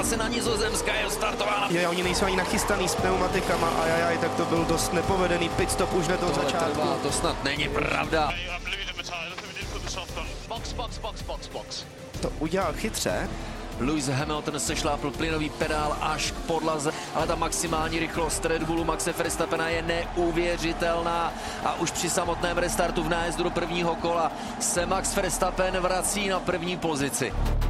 se na Nizozemska, je startována. Jo, oni nejsou ani nachystaný s pneumatikama, ajajaj, tak to byl dost nepovedený pitstop už hned od začátku. To snad není pravda. Box. To udělal chytře. Lewis Hamilton sešlápl plynový pedál až k podlaze, ale ta maximální rychlost Red Bullu Maxe Verstappena je neuvěřitelná a už při samotném restartu v nájezdu do prvního kola se Max Verstappen vrací na první pozici.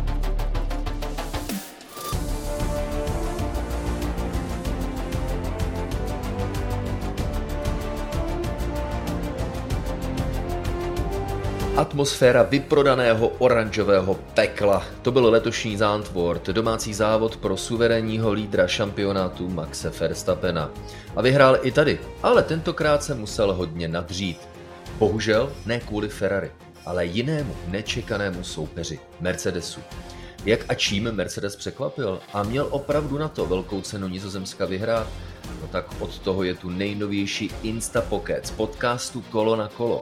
Atmosféra vyprodaného oranžového pekla. To byl letošní Zandvoort, domácí závod pro suverénního lídra šampionátu Maxe Verstappena. A vyhrál i tady, ale tentokrát se musel hodně nadřít. Bohužel ne kvůli Ferrari, ale jinému nečekanému soupeři, Mercedesu. Jak a čím Mercedes překvapil a měl opravdu na to velkou cenu Nizozemska vyhrát? No tak od toho je tu nejnovější Instapocket z podcastu Kolo na kolo.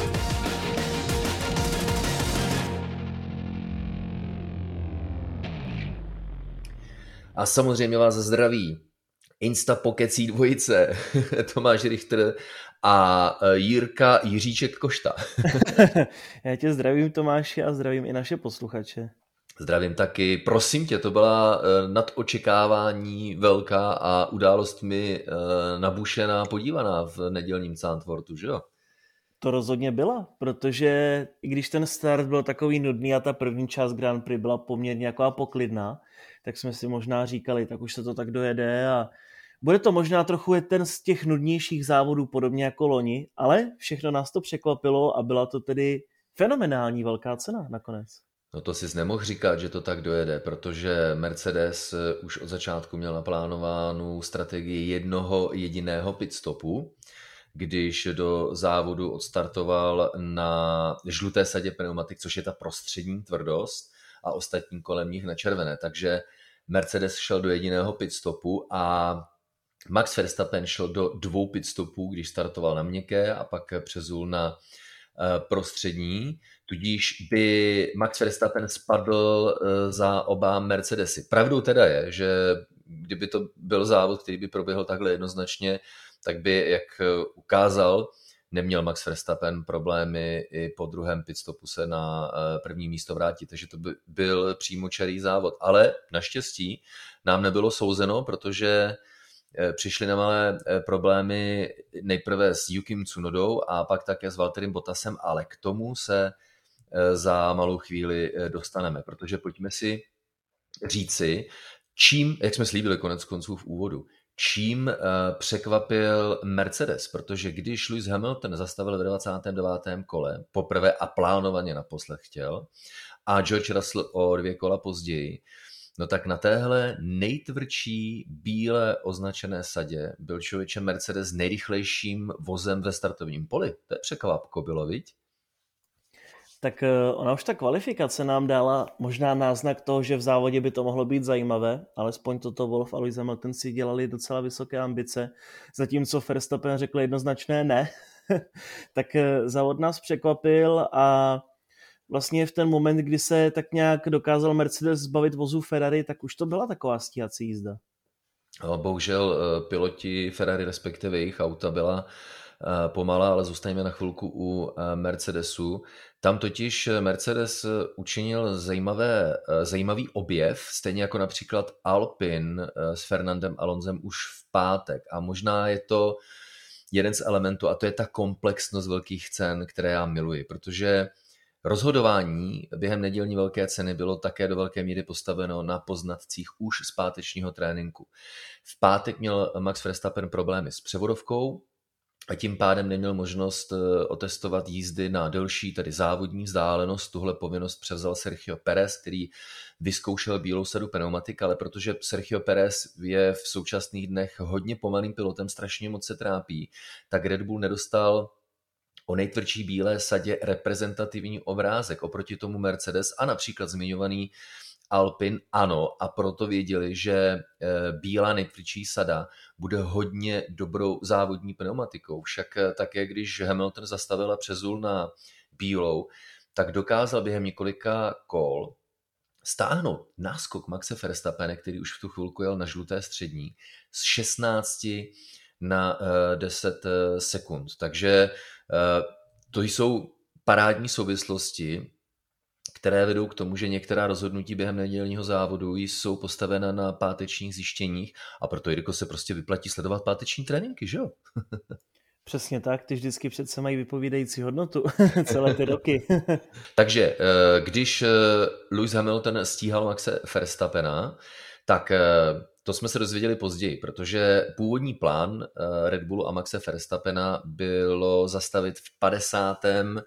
A samozřejmě vás zdraví Instapokecí dvojice, Tomáš Richter a Jirka Jiříček Košta. Já tě zdravím, Tomáši, a zdravím i naše posluchače. Zdravím taky. Prosím tě, to byla nad očekávání velká a událostmi nabušená, podívaná v nedělním Zandvoortu, že jo? To rozhodně byla, protože i když ten start byl takový nudný a ta první část Grand Prix byla poměrně jako poklidná, tak jsme si možná říkali, tak už se to tak dojede a bude to možná trochu jeden z těch nudnějších závodů, podobně jako loni, ale všechno nás to překvapilo a byla to tedy fenomenální velká cena nakonec. No to si nemohl říkat, že to tak dojede, protože Mercedes už od začátku měl naplánovanou strategii jednoho jediného pitstopu, když do závodu odstartoval na žluté sadě pneumatik, což je ta prostřední tvrdost, a ostatní kolem nich na červené. Takže Mercedes šel do jediného pitstopu a Max Verstappen šel do 2 pitstopů, když startoval na měkké a pak přezul na prostřední, tudíž by Max Verstappen spadl za oba Mercedesy. Pravdou teda je, že kdyby to byl závod, který by proběhl takhle jednoznačně, tak by, jak ukázal, neměl Max Verstappen problémy i po druhém pitstopu se na první místo vrátit, takže to by byl přímočarý závod. Ale naštěstí nám nebylo souzeno, protože přišly na malé problémy nejprve s Yukim Tsunodou a pak také s Valtterem Bottasem, ale k tomu se za malou chvíli dostaneme, protože pojďme si říci, čím, jak jsme slíbili konec konců v úvodu, čím překvapil Mercedes, protože když Lewis Hamilton zastavil v 29. kole, poprvé a plánovaně naposled chtěl, a George Russell o 2 kola později, no tak na téhle nejtvrdší bíle označené sadě byl člověče Mercedes nejrychlejším vozem ve startovním poli. To je překvapko bylo, viď? Tak ona už ta kvalifikace nám dala možná náznak toho, že v závodě by to mohlo být zajímavé, alespoň toto Wolff a Lewis Hamilton si dělali docela vysoké ambice, zatímco Verstappen řekl jednoznačné ne. Tak závod nás překvapil a vlastně v ten moment, kdy se tak nějak dokázal Mercedes zbavit vozu Ferrari, tak už to byla taková stíhací jízda. Bohužel piloti Ferrari, respektive jejich auta, byla pomalá, ale zůstaňme na chvilku u Mercedesu. Tam totiž Mercedes učinil zajímavý objev, stejně jako například Alpine s Fernandem Alonsem už v pátek. A možná je to jeden z elementů, a to je ta komplexnost velkých cen, které já miluji, protože rozhodování během nedělní velké ceny bylo také do velké míry postaveno na poznatcích už z pátečního tréninku. V pátek měl Max Verstappen problémy s převodovkou a tím pádem neměl možnost otestovat jízdy na delší, tedy závodní vzdálenost. Tuhle povinnost převzal Sergio Pérez, který vyzkoušel bílou sadu pneumatik, ale protože Sergio Pérez je v současných dnech hodně pomalým pilotem, strašně moc se trápí, tak Red Bull nedostal o nejtvrdší bílé sadě reprezentativní obrázek oproti tomu Mercedes a například zmiňovaný Alpine ano, a proto věděli, že bílá nejtvrdší sada bude hodně dobrou závodní pneumatikou. Však také, když Hamilton zastavil a přezul na bílou, tak dokázal během několika kol stáhnout náskok Maxe Verstappena, který už v tu chvilku jel na žluté střední, z 16 na 10 sekund. Takže to jsou parádní souvislosti, které vedou k tomu, že některá rozhodnutí během nedělního závodu jsou postavena na pátečních zjištěních a proto, Jirko, se prostě vyplatí sledovat páteční tréninky, že jo? Přesně tak, ty vždycky přece mají vypovídající hodnotu celé ty roky. Takže když Lewis Hamilton stíhal Maxe Verstappena, tak to jsme se dozvěděli později, protože původní plán Red Bullu a Maxe Verstappena bylo zastavit v 50.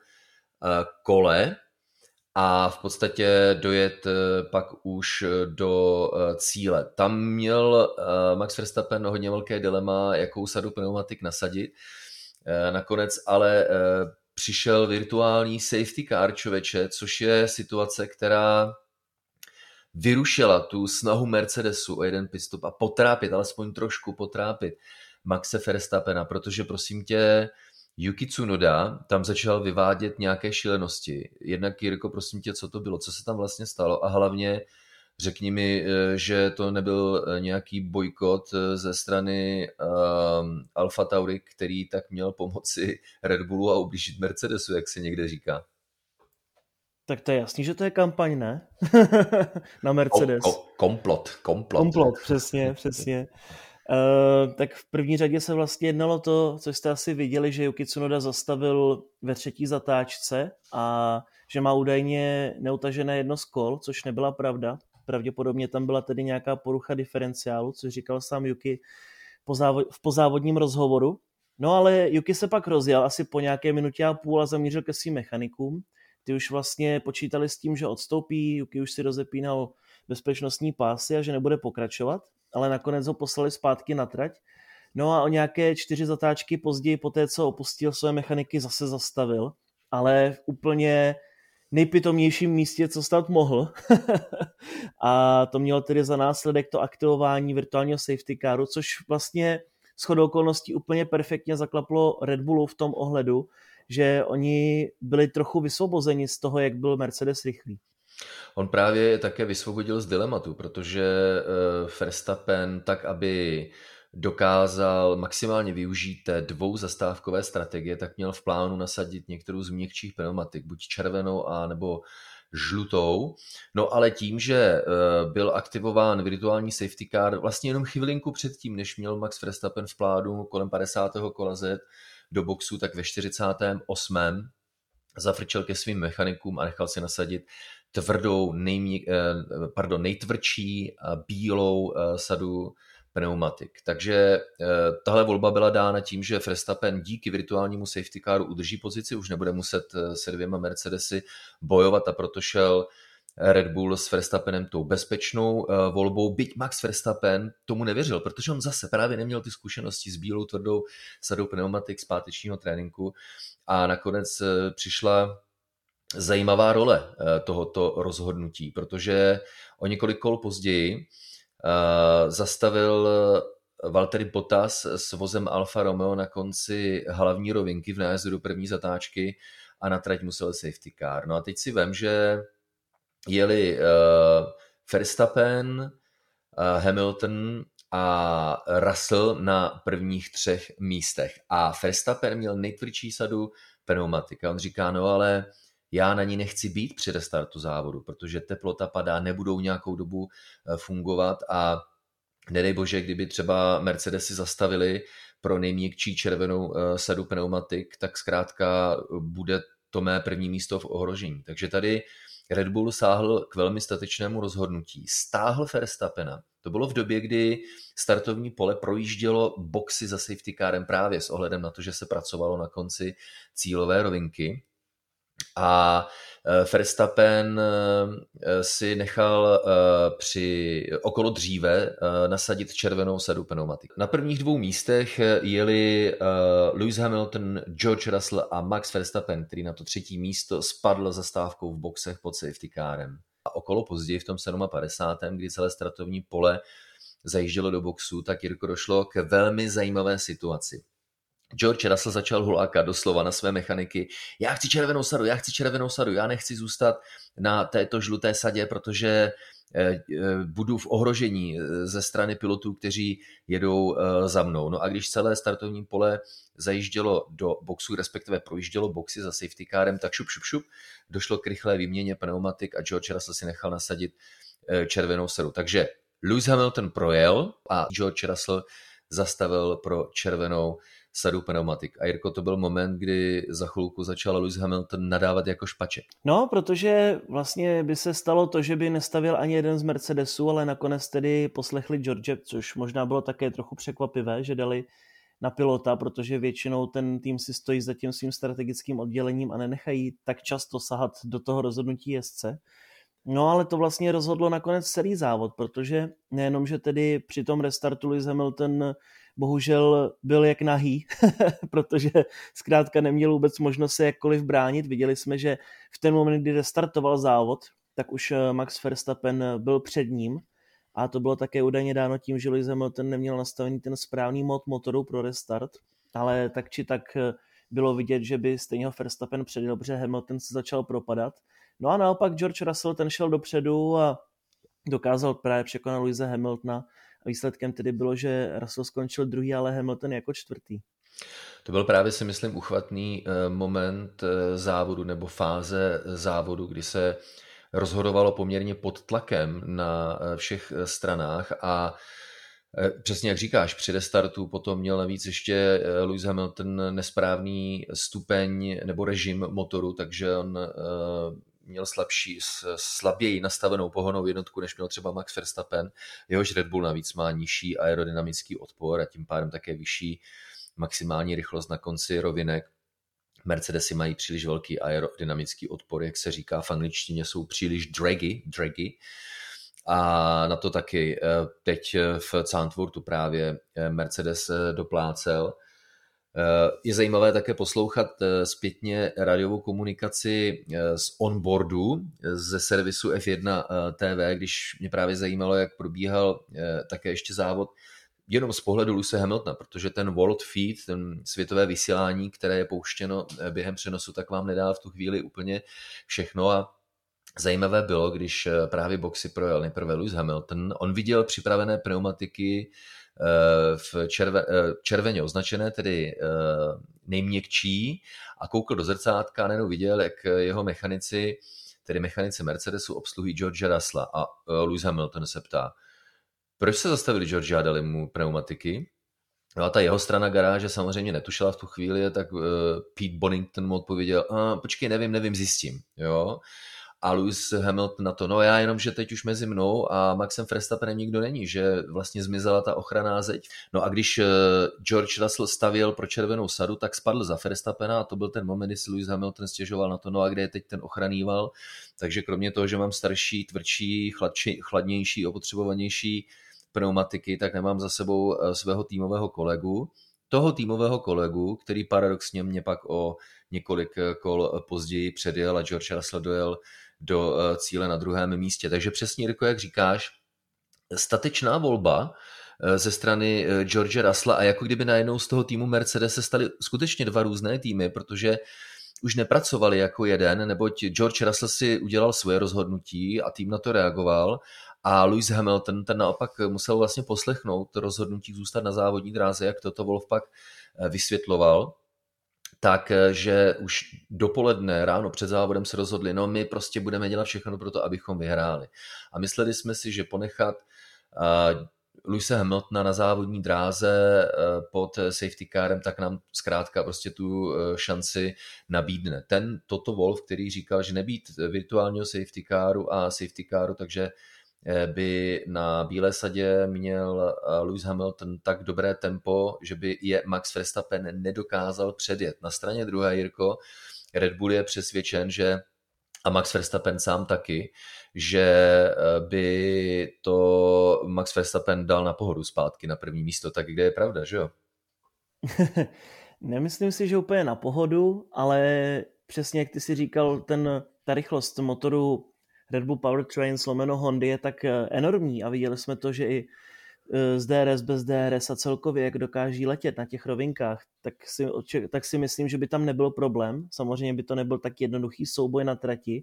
kole a v podstatě dojet pak už do cíle. Tam měl Max Verstappen hodně velké dilema, jakou sadu pneumatik nasadit. Nakonec ale přišel virtuální safety car, člověče, což je situace, která vyrušila tu snahu Mercedesu o jeden pitstop a potrápit, alespoň trošku potrápit Maxe Verstappena, protože prosím tě, Yuki Tsunoda tam začal vyvádět nějaké šílenosti. Jednak, Jirko, prosím tě, co to bylo, co se tam vlastně stalo a hlavně řekni mi, že to nebyl nějaký bojkot ze strany Alfa Tauri, který tak měl pomoci Red Bullu a ublížit Mercedesu, jak se někde říká. Tak to je jasný, že to je kampaň, ne? Na Mercedes. Komplot, přesně. Tak v první řadě se vlastně jednalo to, co jste asi viděli, že Yuki Tsunoda zastavil ve třetí zatáčce a že má údajně neutažené jedno z kol, což nebyla pravda. Pravděpodobně tam byla tedy nějaká porucha diferenciálu, což říkal sám Yuki v pozávodním rozhovoru. No ale Yuki se pak rozjel asi po nějaké minutě a půl a zamířil ke svým mechanikům. Ty už vlastně počítali s tím, že odstoupí, Yuki už si rozepínal bezpečnostní pásy a že nebude pokračovat, ale nakonec ho poslali zpátky na trať. No a o nějaké 4 zatáčky později, po té, co opustil své mechaniky, zase zastavil, ale v úplně nejpitomnějším místě, co stát mohl. A to mělo tedy za následek to aktivování virtuálního safety caru, což vlastně shodou okolností úplně perfektně zaklaplo Red Bullu v tom ohledu, že oni byli trochu vysvobozeni z toho, jak byl Mercedes rychlý. On právě také vysvobodil z dilematu, protože Verstappen tak, aby dokázal maximálně využít té dvouzastávkové strategie, tak měl v plánu nasadit některou z měkčích pneumatik, buď červenou a nebo žlutou. No ale tím, že byl aktivován virtuální safety car vlastně jenom chvilinku předtím, než měl Max Verstappen v plánu kolem 50. kola zet do boxu, tak ve 48. zafrčel ke svým mechanikům a nechal si nasadit tvrdou, nejtvrdší bílou sadu pneumatik. Takže tahle volba byla dána tím, že Verstappen díky virtuálnímu safety caru udrží pozici, už nebude muset se 2 Mercedesy bojovat a proto šel Red Bull s Verstappenem tou bezpečnou volbou, byť Max Verstappen tomu nevěřil, protože on zase právě neměl ty zkušenosti s bílou tvrdou sadou pneumatik z pátečního tréninku a nakonec přišla zajímavá role tohoto rozhodnutí, protože o několik kol později zastavil Valtteri Bottas s vozem Alfa Romeo na konci hlavní rovinky v nájezdu do první zatáčky a na trať musel safety car. No a teď si vem, že jeli Verstappen, Hamilton a Russell na prvních 3 místech a Verstappen měl nejtvrdší sadu pneumatik a on říká, no ale já na ní nechci být při restartu závodu, protože teplota padá, nebudou nějakou dobu fungovat a nedej bože, kdyby třeba Mercedesy zastavili pro nejměkčí červenou sadu pneumatik, tak zkrátka bude to mé první místo v ohrožení. Takže tady Red Bull sáhl k velmi statečnému rozhodnutí. Stáhl Verstappena. To bylo v době, kdy startovní pole projíždělo boxy za safety carem právě s ohledem na to, že se pracovalo na konci cílové rovinky. A Verstappen si nechal okolo dříve nasadit červenou sadu pneumatik. Na prvních 2 místech jeli Lewis Hamilton, George Russell a Max Verstappen, který na to 3. místo spadl zastávkou v boxech pod safety carem. A okolo později v tom 57., kdy celé startovní pole zajíždělo do boxu, tak Jirko došlo k velmi zajímavé situaci. George Russell začal hulákat doslova na své mechaniky. Já chci červenou sadu, já nechci zůstat na této žluté sadě, protože budu v ohrožení ze strany pilotů, kteří jedou za mnou. No a když celé startovní pole zajíždělo do boxu, respektive projíždělo boxy za safety carem, tak šup, došlo k rychlé výměně pneumatik a George Russell si nechal nasadit červenou sadu. Takže Lewis Hamilton projel a George Russell zastavil pro červenou sadu pneumatik. A Jirko, to byl moment, kdy za chvilku začal Lewis Hamilton nadávat jako špaček. No, protože vlastně by se stalo to, že by nestavil ani jeden z Mercedesů, ale nakonec tedy poslechli George, což možná bylo také trochu překvapivé, že dali na pilota, protože většinou ten tým si stojí za tím svým strategickým oddělením a nenechají tak často sahat do toho rozhodnutí jezdce. No ale to vlastně rozhodlo nakonec celý závod, protože nejenom, že tedy při tom restartu Lewis Hamilton bohužel byl jak nahý, protože zkrátka neměl vůbec možnost se jakkoliv bránit. Viděli jsme, že v ten moment, kdy restartoval závod, tak už Max Verstappen byl před ním a to bylo také údajně dáno tím, že Lewis Hamilton neměl nastavený ten správný mod motoru pro restart, ale tak či tak bylo vidět, že by stejně Verstappen předjel, protože Hamilton se začal propadat. No a naopak George Russell ten šel dopředu a dokázal právě překonat Lewise Hamiltona a výsledkem tedy bylo, že Russell skončil druhý, ale Hamilton jako čtvrtý. To byl právě, si myslím, uchvatný moment závodu nebo fáze závodu, kdy se rozhodovalo poměrně pod tlakem na všech stranách a přesně jak říkáš, při restartu potom měl navíc ještě Lewis Hamilton nesprávný stupeň nebo režim motoru, takže on měl slaběji nastavenou pohonnou jednotku, než měl třeba Max Verstappen. Jehož Red Bull navíc má nižší aerodynamický odpor a tím pádem také vyšší maximální rychlost na konci rovinek. Mercedesy mají příliš velký aerodynamický odpor, jak se říká v angličtině, jsou příliš draggy. A na to taky teď v Zandvoortu právě Mercedes doplácel. Je zajímavé také poslouchat zpětně rádiovou komunikaci z onboardu ze servisu F1 TV, když mě právě zajímalo, jak probíhal také ještě závod jenom z pohledu Lewise Hamiltona, protože ten World Feed, ten světové vysílání, které je pouštěno během přenosu, tak vám nedá v tu chvíli úplně všechno a zajímavé bylo, když právě boxy projel nejprve Lewis Hamilton, on viděl připravené pneumatiky v červeně označené, tedy nejměkčí a koukl do zrcátka a najednou viděl, jak jeho mechanici, tedy mechanici Mercedesu obsluhují George Russella a Lewis Hamilton se ptá, proč se zastavili George a dali mu pneumatiky? No a ta jeho strana garáže samozřejmě netušila v tu chvíli, tak Pete Bonington mu odpověděl, počkej, nevím, zjistím. Jo? A Lewis Hamilton na to, no já jenom, že teď už mezi mnou a Maxem Verstappenem nikdo není, že vlastně zmizela ta ochranná zeď. No a když George Russell stavěl pro červenou sadu, tak spadl za Verstappena a to byl ten moment, kdy si Lewis Hamilton stěžoval na to, no a kde je teď ten ochranný val. Takže kromě toho, že mám starší, tvrdší, chladnější, opotřebovanější pneumatiky, tak nemám za sebou svého týmového kolegu. Toho týmového kolegu, který paradoxně mě pak o několik kol později předjel a George Russell dojel do cíle na druhém místě. Takže přesně, Jirko, jak říkáš, statečná volba ze strany George Russella a jako kdyby najednou z toho týmu Mercedes se staly skutečně dva různé týmy, protože už nepracovali jako jeden, neboť George Russell si udělal svoje rozhodnutí a tým na to reagoval a Lewis Hamilton ten naopak musel vlastně poslechnout rozhodnutí zůstat na závodní dráze, jak Toto Wolff pak vysvětloval. Takže už dopoledne, ráno před závodem se rozhodli, no my prostě budeme dělat všechno pro to, abychom vyhráli. A mysleli jsme si, že ponechat Lewise Hamiltona na závodní dráze pod safety carem, tak nám zkrátka prostě tu šanci nabídne. Ten Toto Wolff, který říkal, že nebýt virtuálního safety caru a safety caru, takže by na bílé sadě měl Lewis Hamilton tak dobré tempo, že by je Max Verstappen nedokázal předjet. Na straně druhé, Jirko, Red Bull je přesvědčen, že a Max Verstappen sám taky, že by to Max Verstappen dal na pohodu zpátky na první místo, tak kde je pravda, že jo? Nemyslím si, že úplně na pohodu, ale přesně jak ty si říkal, ta rychlost motoru Red Bull Powertrain / Hondy je tak enormní a viděli jsme to, že i z DRS, bez DRS a celkově, jak dokáží letět na těch rovinkách, tak si myslím, že by tam nebyl problém. Samozřejmě by to nebyl tak jednoduchý souboj na trati.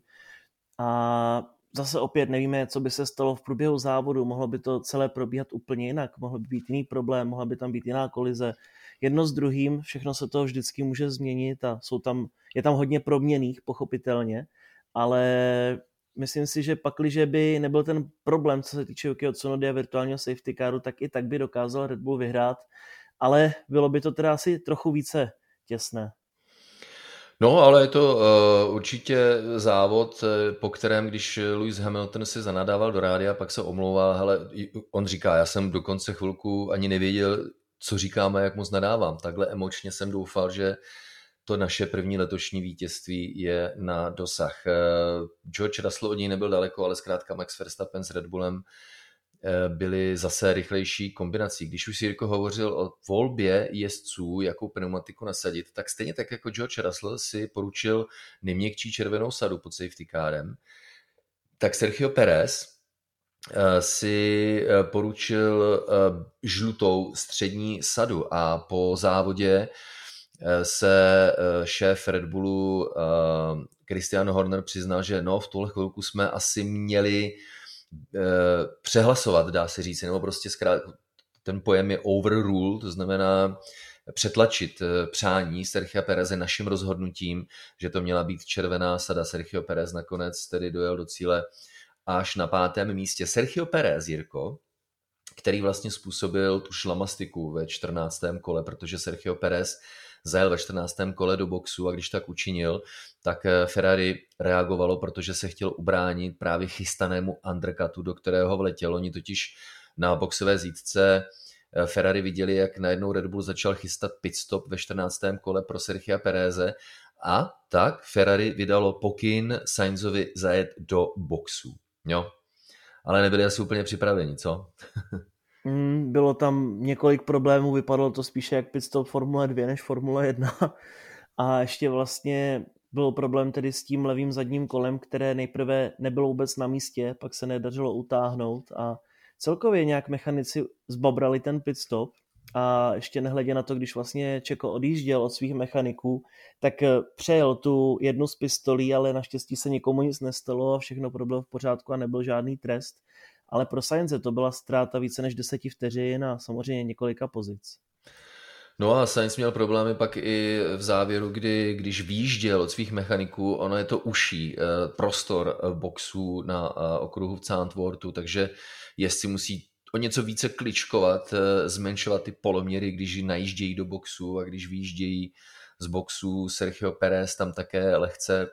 A zase opět nevíme, co by se stalo v průběhu závodu. Mohlo by to celé probíhat úplně jinak. Mohl by být jiný problém, mohla by tam být jiná kolize. Jedno s druhým, všechno se to vždycky může změnit a je tam hodně proměnných, pochopitelně, ale myslím si, že pakliže by nebyl ten problém, co se týče Yukiho Tsunody a virtuálního safety caru, tak i tak by dokázal Red Bull vyhrát, ale bylo by to teda asi trochu více těsné. No, ale je to určitě závod, po kterém, když Lewis Hamilton si zanadával do rádia, pak se omlouval, hele, on říká, já jsem dokonce chvilku ani nevěděl, co říkáme, jak moc nadávám. Takhle emočně jsem doufal, že to naše první letošní vítězství je na dosah. George Russell od něj nebyl daleko, ale zkrátka Max Verstappen s Red Bullem byli zase rychlejší kombinací. Když už si Jirko hovořil o volbě jezdců, jakou pneumatiku nasadit, tak stejně tak jako George Russell si poručil nejměkčí červenou sadu pod safety carem, tak Sergio Perez si poručil žlutou střední sadu a po závodě se šéf Red Bullu Christian Horner přiznal, že no, v tuhle chvilku jsme asi měli přehlasovat, dá se říct, nebo prostě ten pojem je overrule, to znamená přetlačit přání Sergia Pereze naším rozhodnutím, že to měla být červená sada. Sergio Perez nakonec tedy dojel do cíle až na 5. místě. Sergio Perez, Jirko, který vlastně způsobil tu šlamastiku ve 14. kole, protože Sergio Perez zajel ve 14. kole do boxu a když tak učinil, tak Ferrari reagovalo, protože se chtěl ubránit právě chystanému undercutu, do kterého vletěl. Oni totiž na boxové zítce Ferrari viděli, jak najednou Red Bull začal chystat pitstop ve 14. kole pro Sergia Pereze a tak Ferrari vydalo pokyn Sainzovi zajet do boxu. Jo. Ale nebyli asi úplně připraveni, co? Bylo tam několik problémů, vypadalo to spíše jak pitstop Formule 2 než Formule 1 a ještě vlastně byl problém tedy s tím levým zadním kolem, které nejprve nebylo vůbec na místě, pak se nedařilo utáhnout a celkově nějak mechanici zbabrali ten pitstop a ještě nehledě na to, když vlastně Čeko odjížděl od svých mechaniků, tak přejel tu jednu z pistolí, ale naštěstí se nikomu nic nestalo a všechno bylo v pořádku a nebyl žádný trest. Ale pro Sainze to byla ztráta více než 10 vteřin a samozřejmě několika pozic. No a Sainz měl problémy pak i v závěru, když výjížděl od svých mechaniků, ono je to uší prostor boxů na okruhu v Zandvoortu, takže jezdci musí o něco více kličkovat, zmenšovat ty poloměry, když najíždějí do boxu a když výjíždějí z boxu. Sergio Perez tam také lehce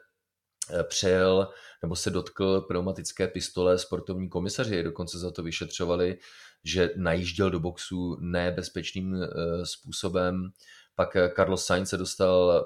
přejel nebo se dotkl pneumatické pistole. Sportovní komisaři dokonce za to vyšetřovali, že najížděl do boxu nebezpečným způsobem. Pak Carlos Sainz se dostal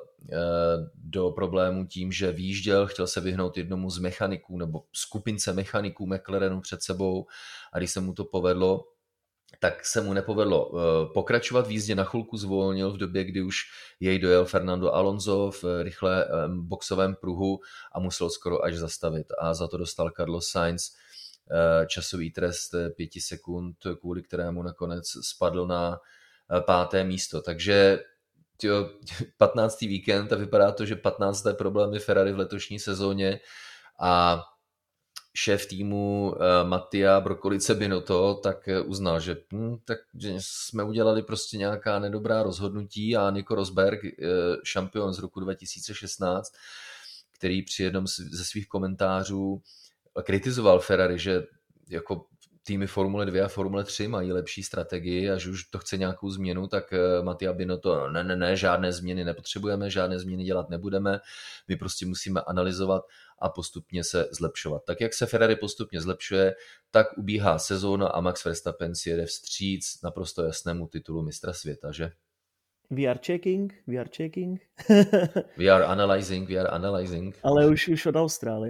do problému tím, že výjížděl, chtěl se vyhnout jednomu z mechaniků nebo skupince mechaniků McLarenu před sebou a když se mu to povedlo, tak se mu nepovedlo pokračovat v jízdě, na chvilku zvolnil v době, kdy už jej dojel Fernando Alonso v rychle boxovém pruhu a musel skoro až zastavit a za to dostal Carlos Sainz časový trest 5 sekund, kvůli kterému nakonec spadl na 5. místo. Takže 15. víkend a vypadá to, že 15. problémy Ferrari v letošní sezóně a šéf týmu Mattia Brokolice Binotto tak uznal, že jsme udělali prostě nějaká nedobrá rozhodnutí a Nico Rosberg, šampion z roku 2016, který při jednom ze svých komentářů kritizoval Ferrari, že jako týmy Formule 2 a Formule 3 mají lepší strategii a že už to chce nějakou změnu, tak Mattia Binotto, ne, žádné změny nepotřebujeme, žádné změny dělat nebudeme, my prostě musíme analyzovat a postupně se zlepšovat. Tak jak se Ferrari postupně zlepšuje, tak ubíhá sezóna a Max Verstappen si jede vstříc naprosto jasnému titulu mistra světa, že? We are checking. We are analyzing. Ale už od Austrálie.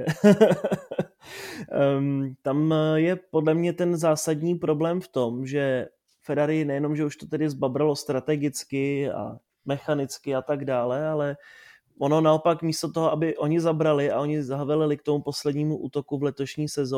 Tam je podle mě ten zásadní problém v tom, že Ferrari nejenom, že už to tedy zbabralo strategicky a mechanicky a tak dále, ale ono naopak místo toho, aby oni zabrali a oni zavelili k tomu poslednímu útoku v letošní sezóně,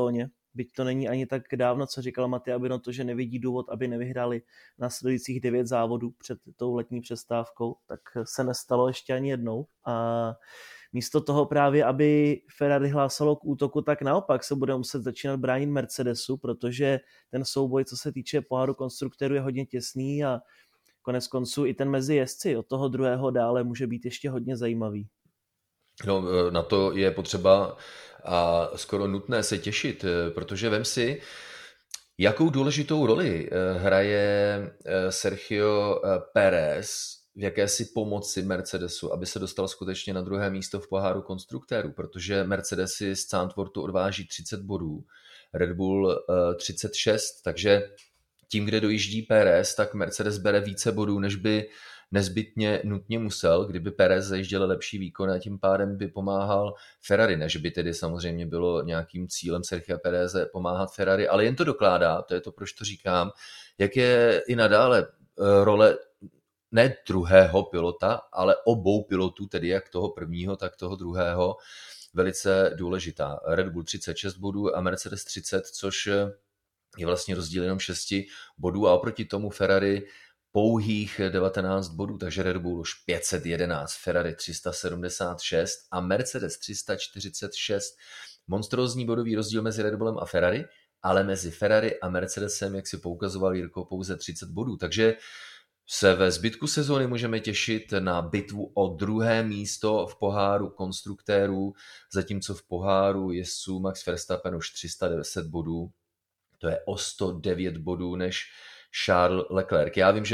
byť to není ani tak dávno, co říkal Mattia Binotto, že nevidí důvod, aby nevyhráli následujících 9 závodů před tou letní přestávkou, tak se nestalo ještě ani jednou. A místo toho právě, aby Ferrari hlásalo k útoku, tak naopak se bude muset začínat bránit Mercedesu, protože ten souboj, co se týče poháru konstruktérů, je hodně těsný a konec konců i ten mezi jezdci od toho druhého dále může být ještě hodně zajímavý. No, na to je potřeba a skoro nutné se těšit, protože vem si, jakou důležitou roli hraje Sergio Pérez v jakési pomoci Mercedesu, aby se dostal skutečně na druhé místo v poháru konstruktérů, protože Mercedes si z Zandvoortu odváží 30 bodů, Red Bull 36, takže tím, kde dojíždí Pérez, tak Mercedes bere více bodů, než by nezbytně nutně musel, kdyby Pérez zajížděl lepší výkon a tím pádem by pomáhal Ferrari, než by tedy samozřejmě bylo nějakým cílem Sergia Péreze pomáhat Ferrari, ale jen to dokládá, to je to, proč to říkám, jak je i nadále role ne druhého pilota, ale obou pilotů, tedy jak toho prvního, tak toho druhého, velice důležitá. Red Bull 36 bodů a Mercedes 30, což je vlastně rozdíl jenom 6 bodů a oproti tomu Ferrari pouhých 19 bodů, takže Red Bull už 511, Ferrari 376 a Mercedes 346. Monstrózní bodový rozdíl mezi Red Bullem a Ferrari, ale mezi Ferrari a Mercedesem, jak si poukazoval Jirko, pouze 30 bodů. Takže se ve zbytku sezóny můžeme těšit na bitvu o druhé místo v poháru konstruktérů, zatímco v poháru jezdců Max Verstappen už 310 bodů. To je o 109 bodů než Charles Leclerc. Já vím, že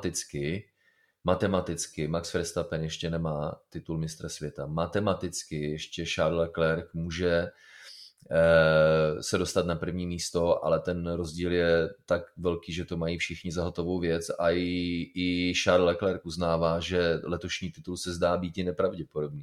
matematicky Max Verstappen ještě nemá titul mistra světa. Matematicky ještě Charles Leclerc může se dostat na první místo, ale ten rozdíl je tak velký, že to mají všichni za hotovou věc a i Charles Leclerc uznává, že letošní titul se zdá být i nepravděpodobný.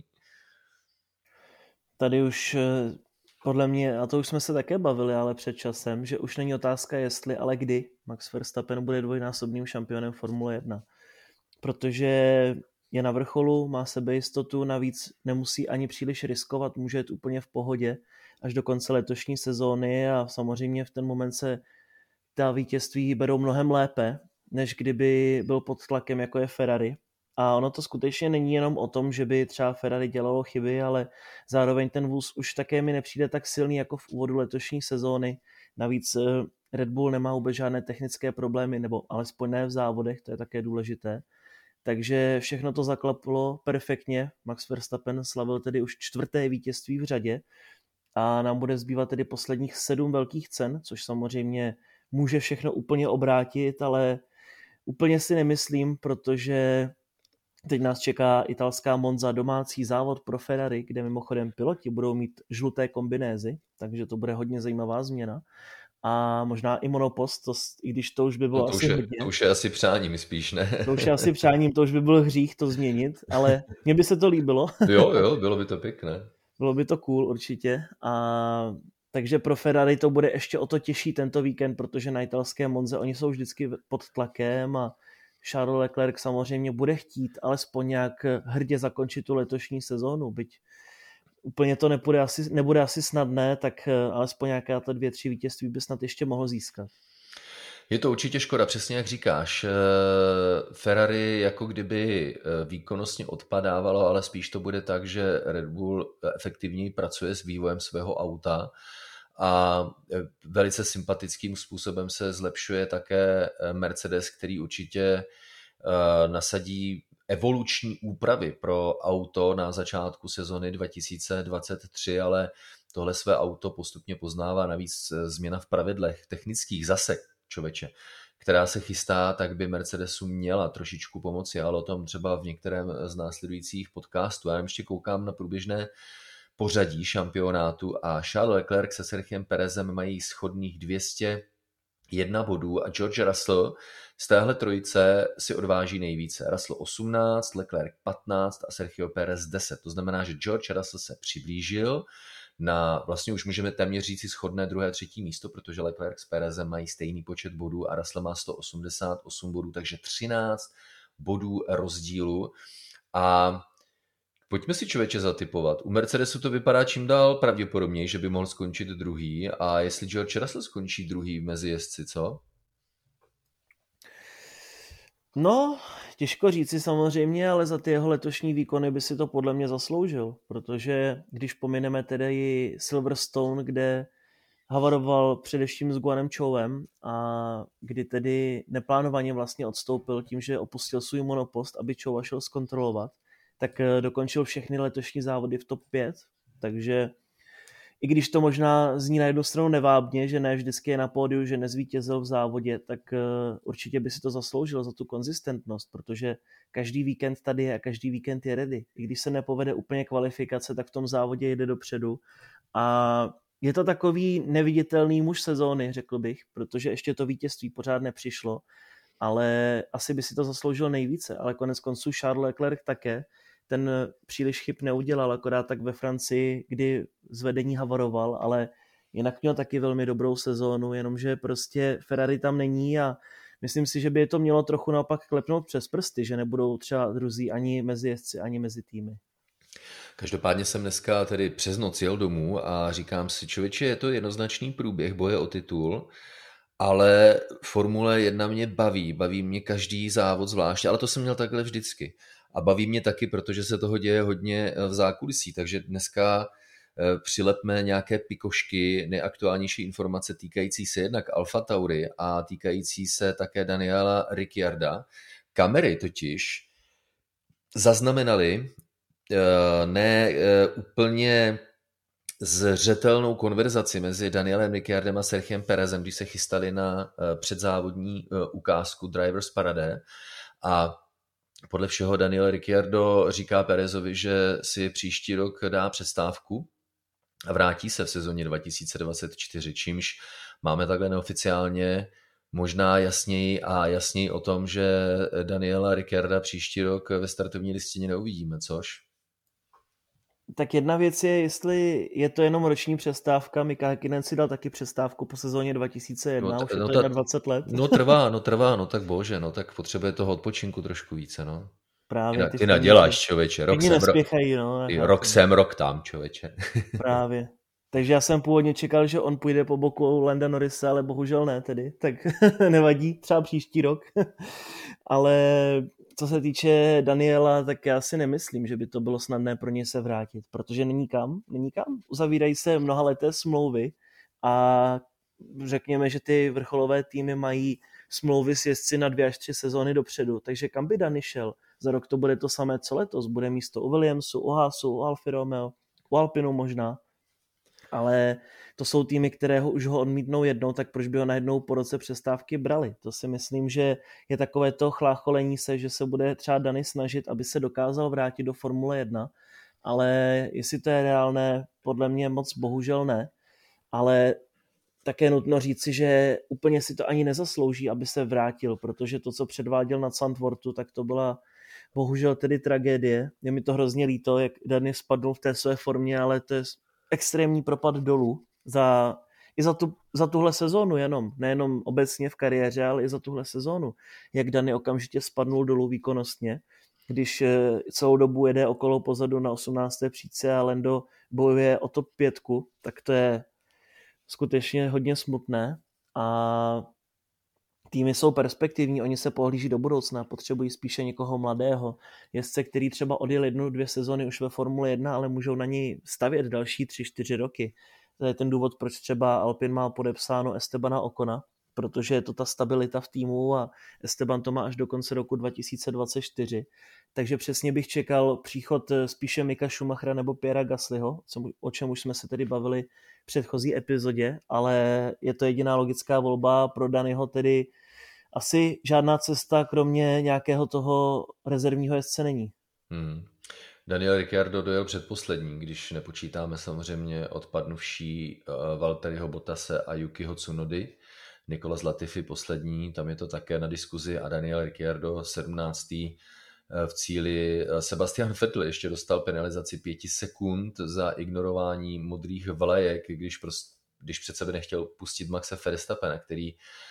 Tady už podle mě, a to už jsme se také bavili, ale před časem, že už není otázka jestli, ale kdy Max Verstappen bude dvojnásobným šampionem Formule 1. Protože je na vrcholu, má sebejistotu, navíc nemusí ani příliš riskovat, může jít úplně v pohodě až do konce letošní sezóny a samozřejmě v ten moment se ta vítězství berou mnohem lépe, než kdyby byl pod tlakem, jako je Ferrari. A ono to skutečně není jenom o tom, že by třeba Ferrari dělalo chyby, ale zároveň ten vůz už také mi nepřijde tak silný jako v úvodu letošní sezóny. Navíc Red Bull nemá vůbec žádné technické problémy, nebo alespoň ne v závodech, to je také důležité. Takže všechno to zaklaplo perfektně. Max Verstappen slavil tedy už 4. vítězství v řadě a nám bude zbývat tedy posledních 7 velkých cen, což samozřejmě může všechno úplně obrátit, ale úplně si nemyslím, protože teď nás čeká italská Monza, domácí závod pro Ferrari, kde mimochodem piloti budou mít žluté kombinézy, takže to bude hodně zajímavá změna. A možná i monopost, i když to už by bylo asi hodně. To už je asi přáním spíš, ne? To už je asi přáním, to už by byl hřích to změnit, ale mně by se to líbilo. Jo, bylo by to pěkné. Bylo by to cool určitě. Takže pro Ferrari to bude ještě o to těžší tento víkend, protože na italské Monze oni jsou vždycky pod tlakem a Charles Leclerc samozřejmě bude chtít alespoň nějak hrdě zakončit tu letošní sezónu, byť úplně to nebude asi snadné, tak alespoň nějaká to 2-3 vítězství by snad ještě mohl získat. Je to určitě škoda, přesně jak říkáš. Ferrari jako kdyby výkonnostně odpadávalo, ale spíš to bude tak, že Red Bull efektivněji pracuje s vývojem svého auta a velice sympatickým způsobem se zlepšuje také Mercedes, který určitě nasadí evoluční úpravy pro auto na začátku sezony 2023, ale tohle své auto postupně poznává, navíc změna v pravidlech technických zase, člověče, která se chystá, tak by Mercedesu měla trošičku pomoci, ale o tom třeba v některém z následujících podcastů. Já ještě koukám na průběžné pořadí šampionátu a Charles Leclerc se Sergiem Pérezem mají shodných 201 bodů a George Russell z téhle trojice si odváží nejvíce. Russell 18, Leclerc 15 a Sergio Pérez 10. To znamená, že George Russell se přiblížil na, vlastně už můžeme téměř říct si shodné 2. a 3. místo, protože Leclerc s Pérezem mají stejný počet bodů a Russell má 188 bodů, takže 13 bodů rozdílu. A Pojďme si člověče zatipovat. U Mercedesu to vypadá čím dál pravděpodobněji, že by mohl skončit druhý. A jestli George Russell skončí druhý mezi jezdci, co? No, těžko říci samozřejmě, ale za ty jeho letošní výkony by si to podle mě zasloužil, protože když pomineme tedy i Silverstone, kde havaroval především s Guanem Chouvem a kdy tedy neplánovaně vlastně odstoupil tím, že opustil svůj monopost, aby Chouva šel zkontrolovat, tak dokončil všechny letošní závody v top 5, takže i když to možná zní na jednu stranu nevábně, že ne vždycky je na pódiu, že nezvítězil v závodě, tak určitě by si to zasloužil za tu konzistentnost, protože každý víkend tady je a každý víkend je ready. I když se nepovede úplně kvalifikace, tak v tom závodě jde dopředu a je to takový neviditelný muž sezóny, řekl bych, protože ještě to vítězství pořád nepřišlo, ale asi by si to zasloužil nejvíce, ale konec konců Charles Leclerc také, ten příliš chyb neudělal, akorát tak ve Francii, kdy z vedení havaroval, ale jinak měl taky velmi dobrou sezónu, jenomže prostě Ferrari tam není a myslím si, že by je to mělo trochu naopak klepnout přes prsty, že nebudou třeba druzí ani mezi jezdci, ani mezi týmy. Každopádně jsem dneska tedy přes noc jel domů a říkám si, člověče, je to jednoznačný průběh boje o titul, ale Formule 1 mě baví mě každý závod zvlášť, ale to jsem měl takhle vždycky. A baví mě taky, protože se toho děje hodně v zákulisí, takže dneska přilepme nějaké pikošky, nejaktuálnější informace týkající se jednak AlphaTauri a týkající se také Daniela Ricciarda. Kamery totiž zaznamenaly ne úplně zřetelnou konverzaci mezi Danielem Ricciardem a Sergiem Perezem, když se chystali na předzávodní ukázku Drivers Parade a podle všeho Daniel Ricciardo říká Perezovi, že si příští rok dá přestávku a vrátí se v sezóně 2024, čímž máme takhle neoficiálně možná jasněji o tom, že Daniela Ricciarda příští rok ve startovní listině neuvidíme, což? Tak jedna věc je, jestli je to jenom roční přestávka. Mika Häkkinen si dal taky přestávku po sezóně 2001, už je to 21 let. No tak bože, no tak potřebuje toho odpočinku trošku více, no. Právě. Ty naděláš, člověče. Rok sem, rok tam, člověče. Právě. Takže já jsem původně čekal, že on půjde po boku Landa Norrisa, ale bohužel ne tedy, tak nevadí, třeba příští rok. Ale co se týče Daniela, tak já si nemyslím, že by to bylo snadné pro ně se vrátit, protože není kam. Uzavírají se mnohaleté smlouvy a řekněme, že ty vrcholové týmy mají smlouvy s jezdci na 2 až 3 sezóny dopředu, takže kam by Dani šel? Za rok to bude to samé, co letos. Bude místo u Williamsu, u Haasu, u Alfy Romeo, u Alpinu možná. Ale to jsou týmy, které už ho odmítnou jednou, tak proč by ho najednou po roce přestávky brali? To si myslím, že je takové to chlácholení se, že se bude třeba Dani snažit, aby se dokázal vrátit do Formule 1, ale jestli to je reálné, podle mě moc bohužel ne, ale také nutno říci, že úplně si to ani nezaslouží, aby se vrátil, protože to, co předváděl na Zandvoortu, tak to byla bohužel tedy tragédie. Je mi to hrozně líto, jak Dani spadl v té své formě, ale to je extrémní propad dolů za tuhle sezónu jenom, nejenom obecně v kariéře, ale i za tuhle sezónu. Jak Dani okamžitě spadnul dolů výkonnostně, když celou dobu jede okolo pozadu na 18. příčce a Lando bojuje o top 5, tak to je skutečně hodně smutné a týmy jsou perspektivní, oni se pohlíží do budoucna, potřebují spíše někoho mladého, jezdce, který třeba odjel 1-2 sezony už ve Formule 1, ale můžou na něj stavět další 3-4 roky. To je ten důvod, proč třeba Alpin má podepsáno Estebana Ocona, protože je to ta stabilita v týmu a Esteban to má až do konce roku 2024. Takže přesně bych čekal příchod spíše Mika Schumachera nebo Pierra Gaslyho, o čem už jsme se tedy bavili v předchozí epizodě, ale je to jediná logická volba pro Daniho, tedy asi žádná cesta kromě nějakého toho rezervního jezdce není. Daniel Ricciardo dojel předposlední, když nepočítáme samozřejmě odpadnuvší Valtteriho Bottase a Yukiho Tsunody. Nicolas Latifi poslední, tam je to také na diskuzi a Daniel Ricciardo 17. v cíli. Sebastian Vettel ještě dostal penalizaci 5 sekund za ignorování modrých vlajek, když před sebe nechtěl pustit Maxe Verstappena, který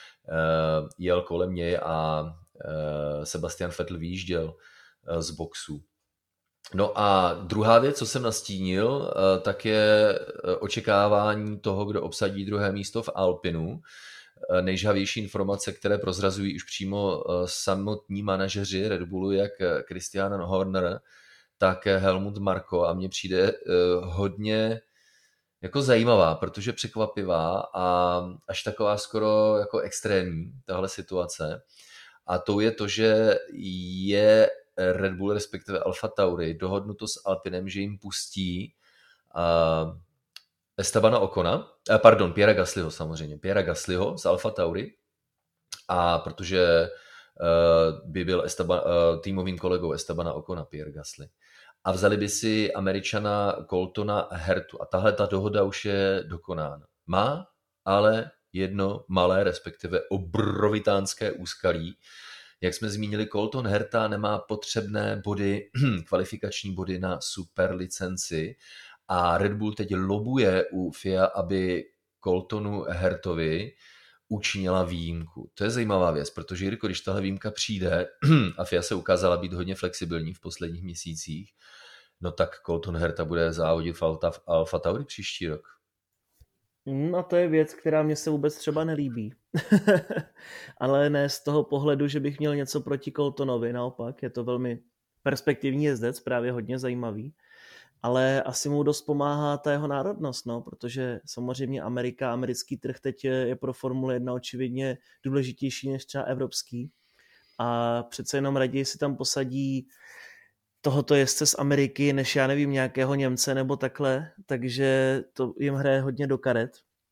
jel kolem něj a Sebastian Vettel vyjížděl z boxu. No a druhá věc, co jsem nastínil, tak je očekávání toho, kdo obsadí druhé místo v Alpinu. Nejžhavější informace, které prozrazují už přímo samotní manažeři Red Bullu, jak Christian Horner, tak Helmut Marko, a mně přijde hodně jako zajímavá, protože překvapivá a až taková skoro jako extrémní tahle situace. A to je to, že je Red Bull, respektive Alfa Tauri, dohodnuto s Alpinem, že jim pustí Estebana Ocona, Pierre Gaslyho samozřejmě, Pierre Gaslyho z Alfa Tauri, a protože by byl týmovým kolegou Estebana Ocona Pierre Gasly. A vzali by si Američana Coltona Hertu. A tahle ta dohoda už je dokonána. Má ale jedno malé, respektive obrovitánské úskalí. Jak jsme zmínili, Colton Herta nemá potřebné body, kvalifikační body na superlicenci a Red Bull teď lobuje u FIA, aby Coltonu Hertovi učinila výjimku. To je zajímavá věc, protože Jirko, když tahle výjimka přijde a FIA se ukázala být hodně flexibilní v posledních měsících, no tak Colton Herta bude závodit v Alfa Tauri příští rok. A to je věc, která mě se vůbec třeba nelíbí. Ale ne z toho pohledu, že bych měl něco proti Coltonovi, naopak, je to velmi perspektivní jezdec, právě hodně zajímavý. Ale asi mu dost pomáhá ta jeho národnost, no, protože samozřejmě americký trh teď je pro Formule 1 očividně důležitější než třeba evropský. A přece jenom raději si tam posadí tohoto jezdce z Ameriky, než já nevím, nějakého Němce nebo takhle, takže to jim hraje hodně do karet,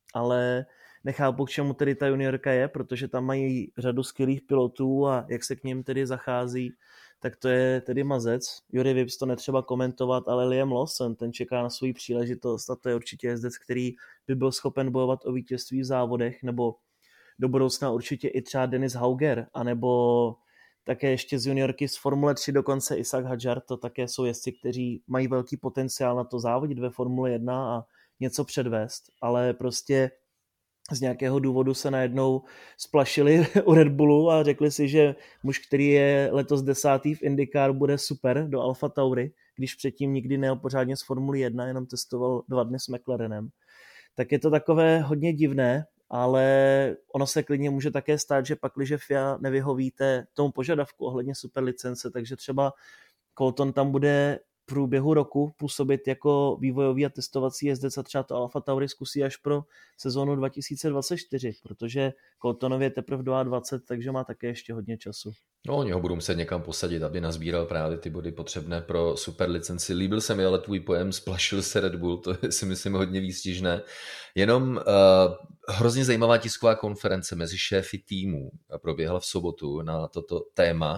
ale nechápu, k čemu tedy ta juniorka je, protože tam mají řadu skvělých pilotů a jak se k ním tedy zachází, tak to je tedy mazec. Juri Vips to netřeba komentovat, ale Liam Lawson, ten čeká na svou příležitost a to je určitě jezdec, který by byl schopen bojovat o vítězství v závodech, nebo do budoucna určitě i třeba Dennis Hauger, anebo také ještě z juniorky z Formule 3 dokonce Isaac Hadjar, to také jsou jezdci, kteří mají velký potenciál na to závodit ve Formule 1 a něco předvést, ale prostě z nějakého důvodu se najednou splašili u Red Bullu a řekli si, že muž, který je letos 10. v IndyCar, bude super do Alfa Tauri, když předtím nikdy nejel pořádně z Formule 1, jenom testoval 2 dny s McLarenem. Tak je to takové hodně divné, ale ono se klidně může také stát, že pakliže FIA nevyhovíte tomu požadavku ohledně superlicence, takže třeba Colton tam bude v průběhu roku působit jako vývojový a testovací jezdec a třeba to Alfa Tauri zkusí až pro sezónu 2024, protože Coltonovi je teprve 22, takže má také ještě hodně času. No, oni ho budou muset někam posadit, aby nazbíral právě ty body potřebné pro superlicenci. Líbil se mi ale tvůj pojem, splašil se Red Bull, to je si myslím hodně výstižné. Jenom hrozně zajímavá tisková konference mezi šéfy týmů proběhla v sobotu na toto téma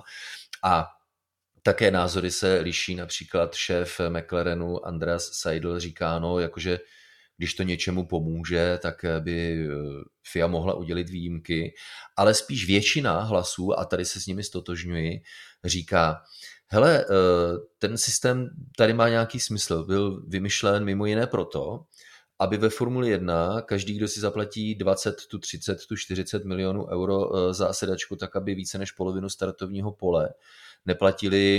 a také názory se liší, například šéf McLarenu Andreas Seidl říká, no jakože když to něčemu pomůže, tak by FIA mohla udělit výjimky, ale spíš většina hlasů, a tady se s nimi stotožňuji, říká, hele, ten systém tady má nějaký smysl, byl vymyšlen mimo jiné proto, aby ve Formuli 1 každý, kdo si zaplatí 20, 30, 40 milionů euro za sedačku, tak aby více než polovinu startovního pole neplatili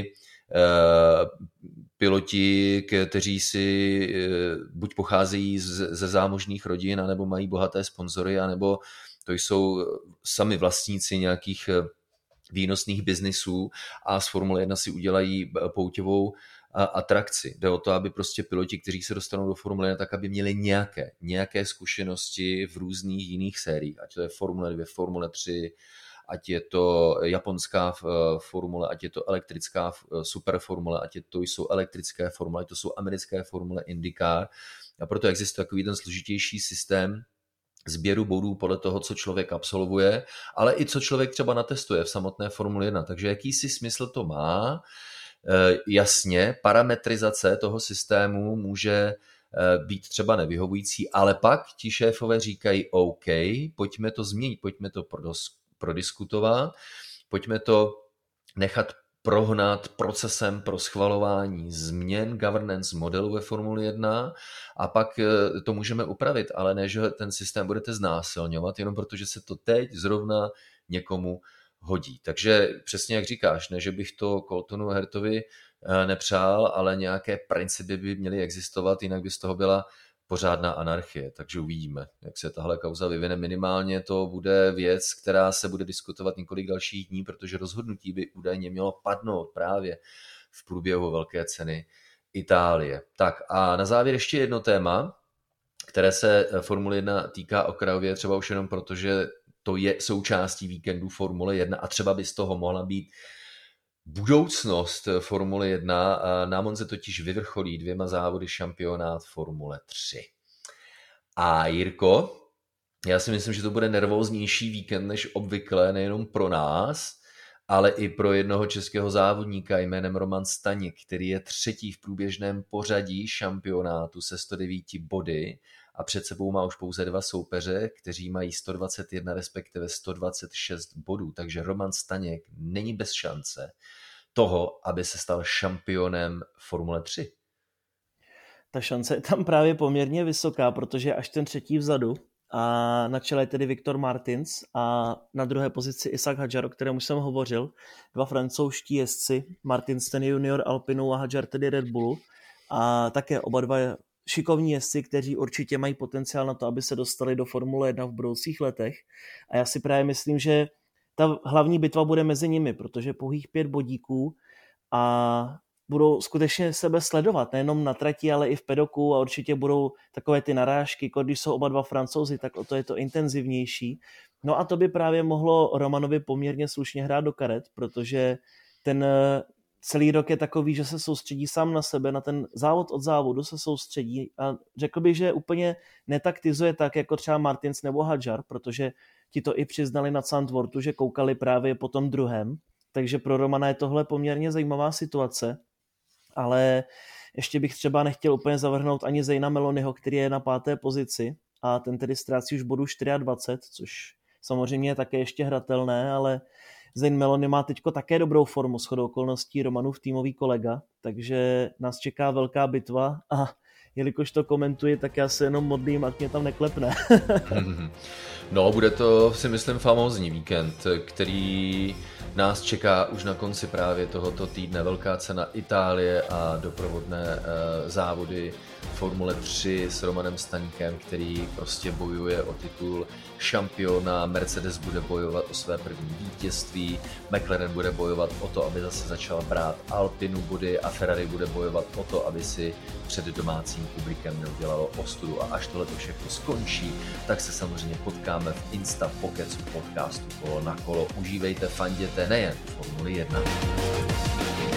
piloti, kteří si buď pocházejí ze zámožných rodin, anebo mají bohaté sponzory, anebo to jsou sami vlastníci nějakých výnosných biznisů a z Formule 1 si udělají pouťovou atrakci. Jde o to, aby prostě piloti, kteří se dostanou do Formule 1, tak aby měli nějaké zkušenosti v různých jiných sériích, ať to je Formule 2, Formule 3, ať je to japonská formule, ať je to elektrická superformule, ať to jsou elektrické formule, ať to jsou americké formule IndyCar. A proto existuje takový ten složitější systém sběru bodů podle toho, co člověk absolvuje, ale i co člověk třeba natestuje v samotné Formule 1. Takže jakýsi smysl to má? Jasně, parametrizace toho systému může být třeba nevyhovující, ale pak ti šéfové říkají OK, pojďme to změnit, pojďme to prodiskutovat, pojďme to nechat prohnat procesem pro schvalování změn governance modelu ve Formuli 1 a pak to můžeme upravit, ale ne, že ten systém budete znásilňovat, jenom protože se to teď zrovna někomu hodí. Takže přesně jak říkáš, ne, že bych to Coltonu Hertovi nepřál, ale nějaké principy by měly existovat, jinak by z toho byla pořádná anarchie. Takže uvidíme, jak se tahle kauza vyvine. Minimálně to bude věc, která se bude diskutovat několik dalších dní, protože rozhodnutí by údajně mělo padnout právě v průběhu velké ceny Itálie. Tak a na závěr ještě jedno téma, které se Formule 1 týká okrajově, třeba už jenom proto, že to je součástí víkendu Formule 1 a třeba by z toho mohla být budoucnost Formule 1. Na Monze totiž vyvrcholí 2 závody šampionát Formule 3. A Jirko, já si myslím, že to bude nervóznější víkend než obvykle, nejenom pro nás, ale i pro jednoho českého závodníka jménem Roman Staněk, který je 3. v průběžném pořadí šampionátu se 109 body a před sebou má už pouze 2 soupeře, kteří mají 121 respektive 126 bodů, takže Roman Staněk není bez šance toho, aby se stal šampionem Formule 3. Ta šance je tam právě poměrně vysoká, protože až ten 3. vzadu a na čele je tedy Viktor Martins a na druhé pozici Ishaq Hadjar, o kterém už jsem hovořil, 2 francouzští jezdci, Martins ten junior Alpinu a Hadjar tedy Red Bullu a také oba 2 šikovní jezdci, kteří určitě mají potenciál na to, aby se dostali do Formule 1 v budoucích letech a já si právě myslím, že ta hlavní bitva bude mezi nimi, protože pouhých 5 bodíků a budou skutečně sebe sledovat, nejenom na trati, ale i v pedoku a určitě budou takové ty narážky, když jsou oba 2 Francouzi, tak o to je to intenzivnější. No a to by právě mohlo Romanovi poměrně slušně hrát do karet, protože ten celý rok je takový, že se soustředí sám na sebe, na ten závod od závodu se soustředí a řekl bych, že úplně netaktizuje tak, jako třeba Martins nebo Hadjar, protože ti to i přiznali na Zandvoortu, že koukali právě po tom druhém, takže pro Romana je tohle poměrně zajímavá situace, ale ještě bych třeba nechtěl úplně zavrhnout ani Zejna Melonyho, který je na 5. pozici a ten tedy ztrácí už bodu 24, což samozřejmě je také ještě hratelné, ale Zejn Melony má teďko také dobrou formu, shodou okolností Romanův týmový kolega, takže nás čeká velká bitva a jelikož to komentuji, tak já se jenom modlím, ať mě tam neklepne. No, bude to, si myslím, famózní víkend, který nás čeká už na konci právě tohoto týdne. Velká cena Itálie a doprovodné závody Formule 3 s Romanem Staňkem, který prostě bojuje o titul šampiona. Mercedes bude bojovat o své první vítězství, McLaren bude bojovat o to, aby zase začal brát Alpinu body a Ferrari bude bojovat o to, aby si před domácím publikem neudělalo ostudu. A až tohle všechno skončí, tak se samozřejmě potkáme v Insta Pokecu podcastu Kolo na kolo. Užívejte, fanděte nejen Formuli 1.